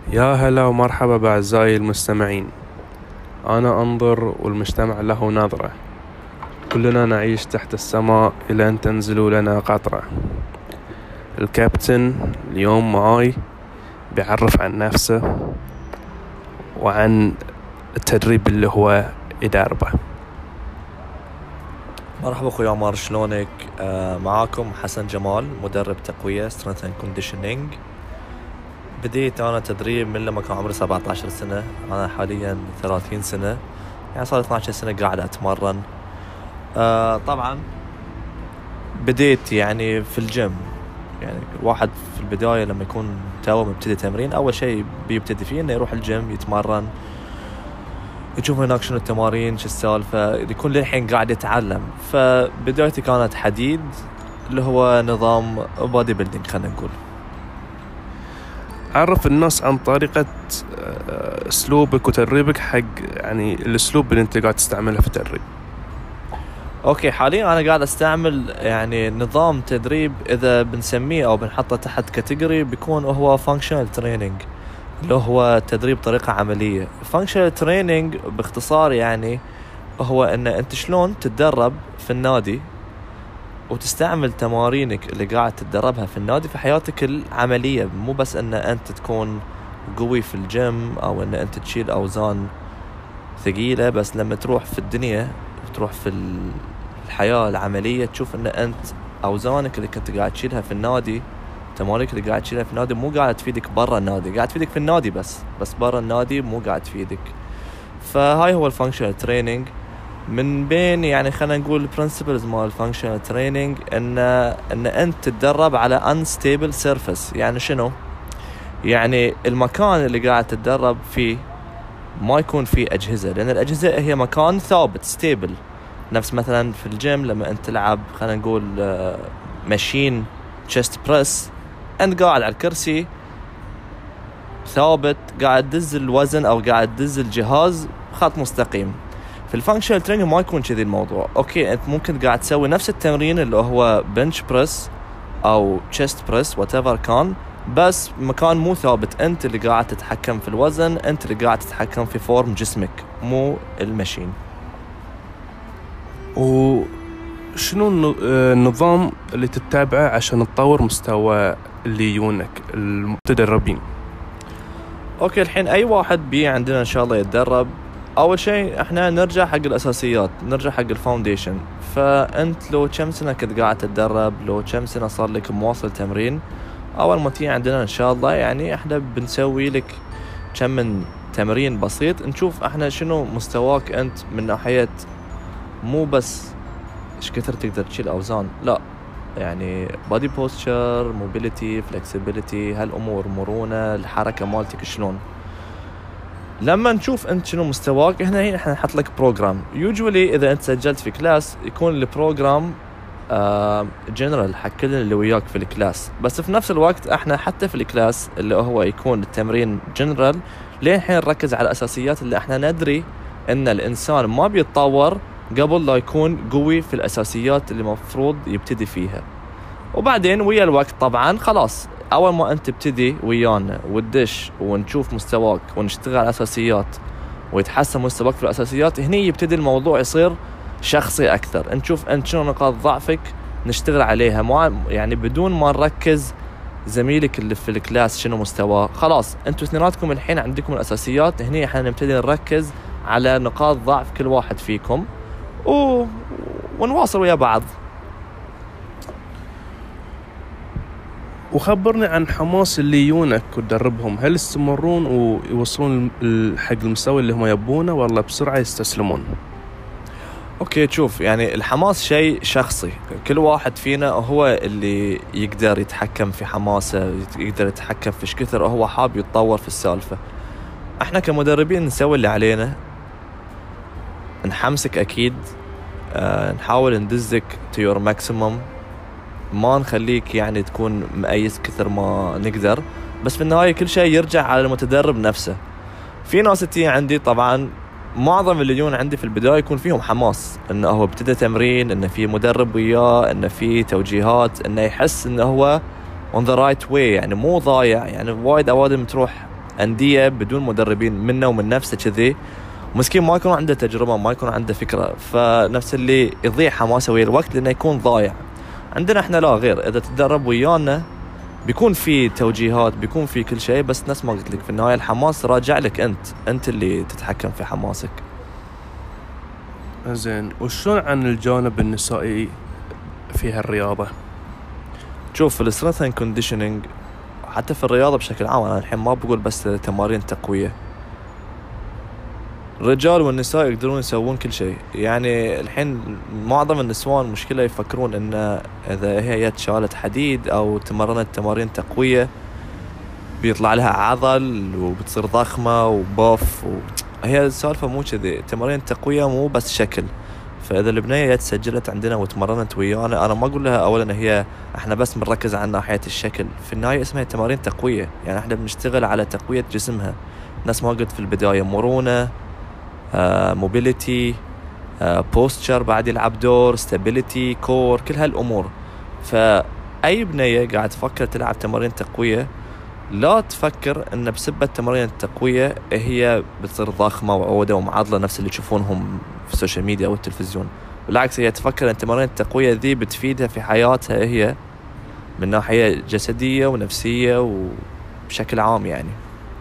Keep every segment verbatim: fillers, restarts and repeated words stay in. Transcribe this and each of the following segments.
يا هلا ومرحبا بأعزائي المستمعين. أنا أنظر والمجتمع له نظرة، كلنا نعيش تحت السماء إلى أن تنزل لنا قطرة. الكابتن اليوم معاي بيعرف عن نفسه وعن التدريب اللي هو يدربه. مرحبا اخوي عمر، شلونك؟ آه معاكم حسن جمال، مدرب تقوية strength and conditioning. بديت انا تدريب من لما كان عمري سبعة عشر سنة، انا حاليا ثلاثين سنة، يعني صار اثني عشر سنة قاعد اتمرن. آه طبعا بديت يعني في الجيم. يعني الواحد في البداية لما يكون تو مبتدي تمرين، اول شيء بيبتدي فيه انه يروح الجيم يتمرن، يشوف هناك شنو التمارين، شو السالفة، يكون للحين قاعد يتعلم. فبدايتي كانت حديد، اللي هو نظام بودي بيلدينج خلينا نقول. عرف الناس عن طريقة أسلوبك وتدريبك حق يعني الأسلوب اللي أنت قاعد تستعمله في التدريب. اوكي، حاليا انا قاعد استعمل يعني نظام تدريب اذا بنسميه او بنحطه تحت كاتيجوري بيكون هو functional training، اللي هو تدريب طريقة عملية. functional training باختصار يعني هو ان انت شلون تتدرب في النادي وتستعمل تمارينك اللي قاعد تتدربها في النادي في حياتك العملية، مو بس ان انت تكون قوي في الجيم او ان انت تشيل اوزان ثقيلة، بس لما تروح في الدنيا تروح في الحياة العملية تشوف ان انت اوزانك اللي كنت قاعد تشيلها في النادي، تمارينك اللي قاعد تشيلها في النادي مو قاعد تفيدك برا النادي، قاعد تفيدك في النادي بس بس برا النادي مو قاعد تفيدك. فهاي هو الفانكشنال تريننج. من بين يعني خلينا نقول البرنسبلز مال الفانكشنال تريننج ان ان انت تتدرب على unstable surface. يعني شنو؟ يعني المكان اللي قاعد تتدرب فيه ما يكون فيه اجهزه، لان الاجهزه هي مكان ثابت ستيبل. نفس مثلا في الجيم لما انت تلعب خلينا نقول ماشين تشست بريس، انت قاعد على الكرسي ثابت، قاعد تدز الوزن او قاعد تدز الجهاز خط مستقيم. في الفانكشنال تريننج ما يكون كذي الموضوع. اوكي، انت ممكن قاعد تسوي نفس التمرين اللي هو بنش بريس او تشست بريس وات ايفر كان، بس مكان مو ثابت، انت اللي قاعد تتحكم في الوزن، انت اللي قاعد تتحكم في فورم جسمك مو الماشين. وشنو النظام اللي تتبعه عشان تطور مستوى اللي يونك المتدربين؟ اوكي، الحين اي واحد بي عندنا ان شاء الله يتدرب، اول شيء احنا نرجع حق الاساسيات، نرجع حق الفاونديشن. فانت لو كم سنه كنت قاعد تتدرب، لو كم سنه صار لك مواصل تمرين، اول ما تيجي عندنا ان شاء الله يعني احنا بنسوي لك كم من تمرين بسيط، نشوف احنا شنو مستواك انت من ناحيه مو بس ايش كثر تقدر تشيل اوزان، لا يعني body posture, mobility, flexibility، هالامور، مرونه، الحركه مالتك شلون. لما نشوف انت شنو مستواك، هنا هنا احنا نحط لك بروجرام. يوجولي اذا انت سجلت في كلاس يكون البروجرام جنرال حق كل اللي وياك في الكلاس، بس في نفس الوقت احنا حتى في الكلاس اللي هو يكون التمرين جنرال، لين الحين نركز على الاساسيات اللي احنا ندري ان الانسان ما بيتطور قبل لا يكون قوي في الاساسيات اللي مفروض يبتدي فيها. وبعدين ويا الوقت طبعا خلاص، اول ما انت تبتدي ويانا وتدش ونشوف مستواك ونشتغل على الاساسيات ويتحسن مستواك في الاساسيات، هني يبتدي الموضوع يصير شخصي اكثر. نشوف انت شنو نقاط ضعفك نشتغل عليها، ما يعني بدون ما نركز زميلك اللي في الكلاس شنو مستواه. خلاص انتوا اثنيناتكم الحين عندكم الاساسيات، هني احنا نبتدي نركز على نقاط ضعف كل واحد فيكم و... ونواصل ويا بعض. وخبرني عن حماس اللي يونك وتدربهم، هل يستمرون ويوصلون حق المستوى اللي هم يبونه ولا بسرعة يستسلمون؟ اوكي، تشوف يعني الحماس شيء شخصي، كل واحد فينا هو اللي يقدر يتحكم في حماسه، يقدر يتحكم في ايش كثر هو حاب يتطور في السالفة. احنا كمدربين نسوي اللي علينا، نحمسك اكيد، أه نحاول ندزك to your maximum، ما نخليك يعني تكون مأيس كثر ما نقدر، بس في النهاية كل شيء يرجع على المتدرب نفسه. في ناس تيجي عندي، طبعا معظم اللي يجون عندي في البداية يكون فيهم حماس، انه هو ابتدى تمرين، انه في مدرب وياه، انه في توجيهات، انه يحس انه هو on the right way، يعني مو ضايع. يعني وايد اوادم تروح أندية بدون مدربين منه ومن نفسه كذي، مسكين ما يكون عنده تجربة، ما يكون عنده فكرة، فنفس اللي يضيع حماسه ويا الوقت لأنه يكون ضايع. عندنا احنا لا غير، إذا تتدرب ويانا بيكون في توجيهات، بيكون في كل شيء، بس نفس ما قلت لك في النهاية الحماس راجع لك أنت أنت اللي تتحكم في حماسك. زين، وشلون عن الجانب النسائي في هالرياضة؟ شوف السترينث اند كونديشنينج حتى في الرياضة بشكل عام، أنا الحين ما بقول بس تمارين تقوية، الرجال والنساء يقدرون يسوون كل شيء. يعني الحين معظم النسوان مشكلة يفكرون إن إذا هي شالت حديد أو تمرنت تمارين تقوية بيطلع لها عضل وبتصير ضخمة وبوف و... هي السالفة مو كذي، تمارين تقوية مو بس شكل. فإذا البنية تسجلت عندنا وتمرنت ويانا، أنا ما أقول لها أولا هي إحنا بس بنركز على ناحية الشكل، في النهاية اسمها تمارين تقوية، يعني إحنا بنشتغل على تقوية جسمها. نفس ما قلت في البداية، مرونة، موبيليتي، بوستشر بعد يلعب دور، ستابيليتي، كور، كل هالأمور. فأي بنية قاعد تفكر تلعب تمارين تقوية لا تفكر ان بسبة التمارين التقوية هي بتصير ضخمة وعودة ومعضلة نفس اللي تشوفونهم في السوشيال ميديا او التلفزيون. بالعكس، هي تفكر ان التمارين التقوية ذي بتفيدها في حياتها هي من ناحية جسدية ونفسية وبشكل عام يعني.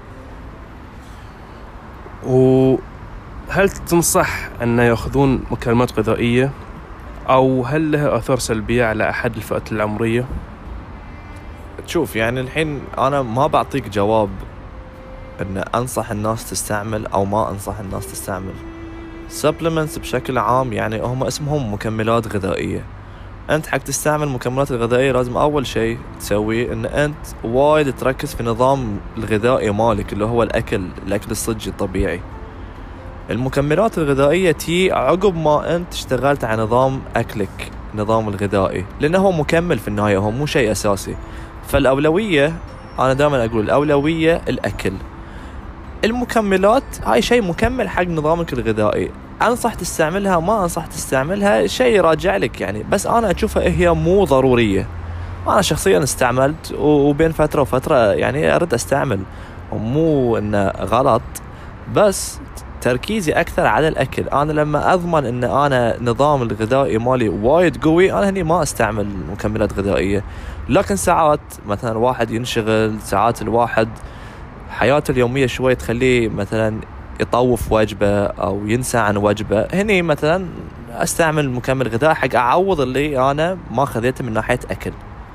وهل تنصح أن يأخذون مكملات غذائية، أو هل لها آثار سلبية على أحد الفئات العمرية؟ تشوف يعني الحين أنا ما بعطيك جواب أن أنصح الناس تستعمل أو ما أنصح الناس تستعمل. supplements بشكل عام يعني هم اسمهم مكملات غذائية. أنت حق تستعمل مكملات الغذائية لازم أول شيء تسويه أن أنت وايد تركز في نظام الغذائي مالك اللي هو الأكل الأكل الصجي الطبيعي. المكملات الغذائية تي عقب ما أنت اشتغلت على نظام أكلك، نظام الغذائي، لأنه هو مكمل في النهاية، هو مو شيء أساسي. فالأولوية أنا دائما أقول الأولوية الأكل. المكملات هاي شيء مكمل حق نظامك الغذائي، أنصح تستعملها ما أنصح تستعملها شيء راجع لك يعني، بس أنا أشوفها هي مو ضرورية. أنا شخصيا استعملت وبين فترة وفترة يعني أرد أستعمل، ومو إنه غلط، بس تركيزي أكثر على الأكل. أنا لما أضمن إن أنا نظام الغذائي مالي وايد قوي أنا هني ما أستعمل مكملات غذائية. لكن ساعات مثلا الواحد ينشغل، ساعات الواحد حياته اليومية شوي تخليه مثلا يطوف وجبة أو ينسى عن وجبة، هني مثلا أستعمل مكمل غذائي حق أعوض اللي أنا ما خذيته من ناحية أكل.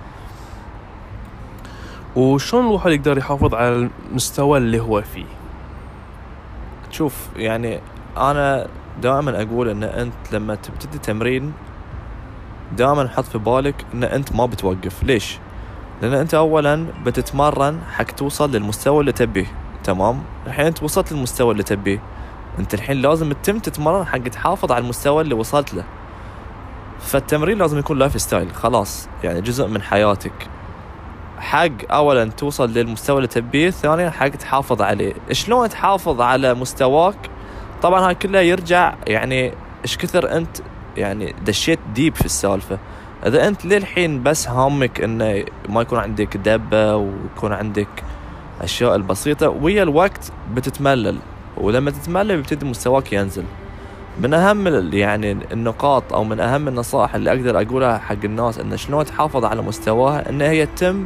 وشون الواحد يقدر يحافظ على المستوى اللي هو فيه؟ شوف يعني أنا دائما أقول أن أنت لما تبتدي تمرين دائما حط في بالك أن أنت ما بتوقف. ليش؟ لأن أنت أولا بتتمرن حق توصل للمستوى اللي تبيه، تمام؟ الحين أنت وصلت للمستوى اللي تبيه، أنت الحين لازم تتم تتمرن حق تحافظ على المستوى اللي وصلت له. فالتمرين لازم يكون لايف ستايل، خلاص يعني جزء من حياتك، حق أولا توصل للمستوى اللي تبيه، ثانيا حق تحافظ عليه. شلون تحافظ على مستواك؟ طبعا هاي كلها يرجع يعني إيش كثر أنت يعني دشيت ديب في السالفة. إذا أنت للحين بس هامك إنه ما يكون عندك دبة ويكون عندك أشياء البسيطة، ويا الوقت بتتملل، ولما تتملل بيبتدي مستواك ينزل. من أهم يعني النقاط أو من أهم النصائح اللي أقدر أقولها حق الناس إن شلون تحافظ على مستواها، إن هي تم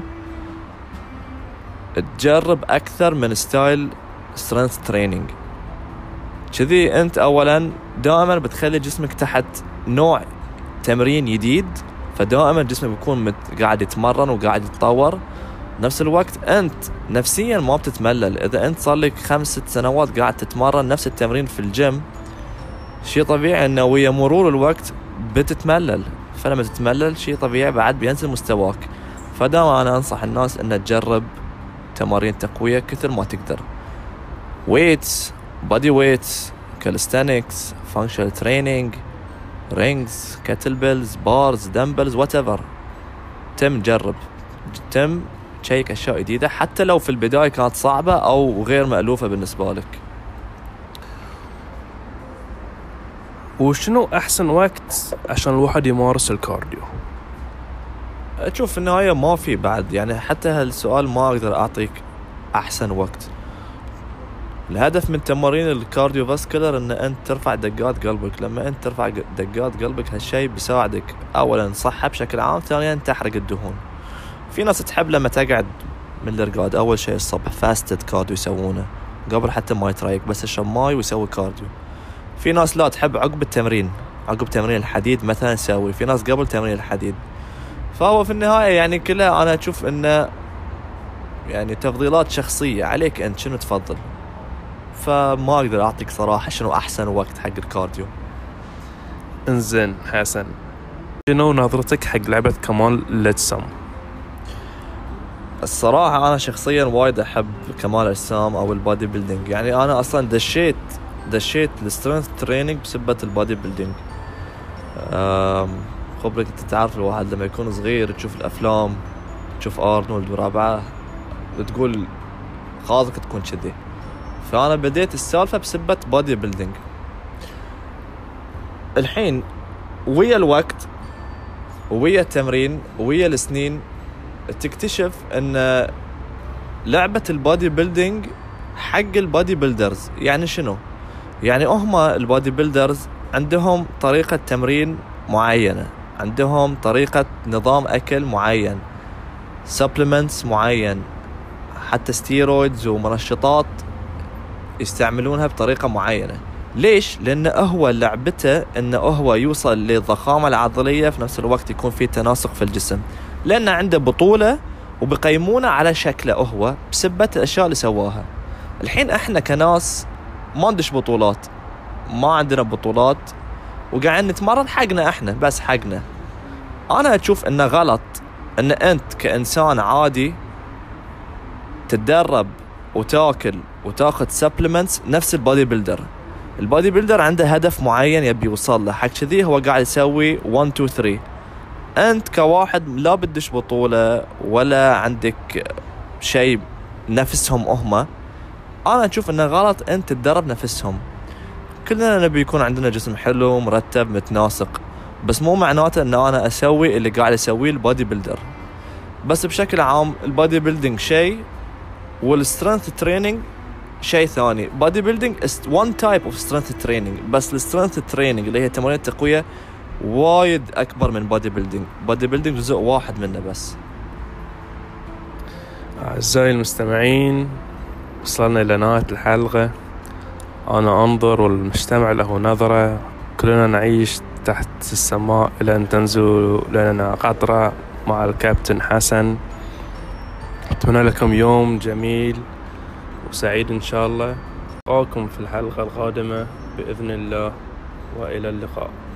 تجرب أكثر من ستايل سترينث تريننج. كذي أنت أولا دائما بتخلي جسمك تحت نوع تمرين جديد، فدائما جسمك بيكون مت... قاعد يتمرن وقاعد يتطور. نفس الوقت أنت نفسيا ما بتتملل. إذا أنت صار لك خمس ست سنوات قاعد تتمرن نفس التمرين في الجيم، شيء طبيعي أنه ويا مرور الوقت بتتملل، فلما تتملل شيء طبيعي بعد بينزل مستواك. فدائما أنا أنصح الناس أن تجرب تمارين تقوية كثر ما تقدر، ويتس، بادي ويتس، كالستانكس، فانكشنال تريننج، رينجز، كاتل بيلز، بارز، دمبلز، واتيفر. تم جرب، تم تشيك أشياء جديدة حتى لو في البداية كانت صعبة أو غير مألوفة بالنسبة لك. وشنو أحسن وقت عشان الواحد يمارس الكارديو؟ تشوف في النهاية ما في بعد يعني، حتى هالسؤال ما أقدر أعطيك أحسن وقت. الهدف من تمارين الكارديو فاسكولار ان انت ترفع دقات قلبك. لما انت ترفع دقات قلبك هالشيء بيساعدك اولا صحة بشكل عام، ثانيا تحرق الدهون. في ناس تحب لما تقعد من الرقاد اول شيء الصبح فاستد كارديو يسوونه قبل حتى ما يتريق، بس يشرب ماي ويسوي كارديو. في ناس لا تحب عقب التمرين، عقب تمرين الحديد مثلا يسوي، في ناس قبل تمرين الحديد. فهو في النهاية يعني كلها انا اشوف انه يعني تفضيلات شخصية عليك انت شنو تفضل. فما اقدر اعطيك صراحة شنو احسن وقت حق الكارديو. انزين حسن، شنو نظرتك حق لعبة كمال الأجسام؟ الصراحة انا شخصيا وايد احب كمال الاجسام او البادي بيلدينج. يعني انا اصلا دشيت دشيت السترينث تريننج بسبة البادي بيلدينج. خبرك انت تعرف الواحد لما يكون صغير تشوف الافلام، تشوف ارنولد ورابعه تقول خاطرك تكون كذي. فانا بديت السالفة بسبة بادي بيلدينج. الحين ويا الوقت ويا التمرين ويا السنين تكتشف ان لعبة البادي بيلدينج حق البادي بيلدرز. يعني شنو؟ يعني هما البادي بيلدرز عندهم طريقة تمرين معينة، عندهم طريقة نظام أكل معين، supplements معين، حتى ستيرويدز ومنشطات يستعملونها بطريقة معينة. ليش؟ لأنه هو لعبته أنه هو يوصل للضخامة العضلية في نفس الوقت يكون فيه تناسق في الجسم، لأنه عنده بطولة وبقيمونه على شكله هو بسبة الأشياء اللي سواها. الحين احنا كناس ما ندش بطولات، ما عندنا بطولات وقاعد نتمرن حقنا احنا بس حقنا. انا اشوف انه غلط ان انت كإنسان عادي تتدرب وتاكل وتاخذ سبلمنتس نفس البادي بيلدر. البادي بيلدر عنده هدف معين يبي يوصل له، حق كذي هو قاعد يسوي واحد اثنين ثلاثة. انت كواحد لا بدش بطولة ولا عندك شيء نفسهم هما، انا اشوف انه غلط انت تتدرب نفسهم. كلنا نبي يكون عندنا جسم حلو مرتب متناسق، بس مو معناته ان انا اسوي اللي قاعد يسويه البادي بيلدر. بس بشكل عام البادي بيلدينج شيء والسترينث تريننج شيء ثاني. بادي بيلدينج one type of strength training، بس السترينث تريننج اللي هي تمارين التقوية وايد اكبر من بادي بيلدينج. بادي بيلدينج جزء واحد منه بس. أعزائي المستمعين، وصلنا إلى نهاية الحلقة. أنا أنظر والمجتمع له نظرة، كلنا نعيش تحت السماء إلى أن تنزل لنا قطرة مع الكابتن حسن. أتمنى لكم يوم جميل وسعيد إن شاء الله. أراكم في الحلقة القادمة بإذن الله، وإلى اللقاء.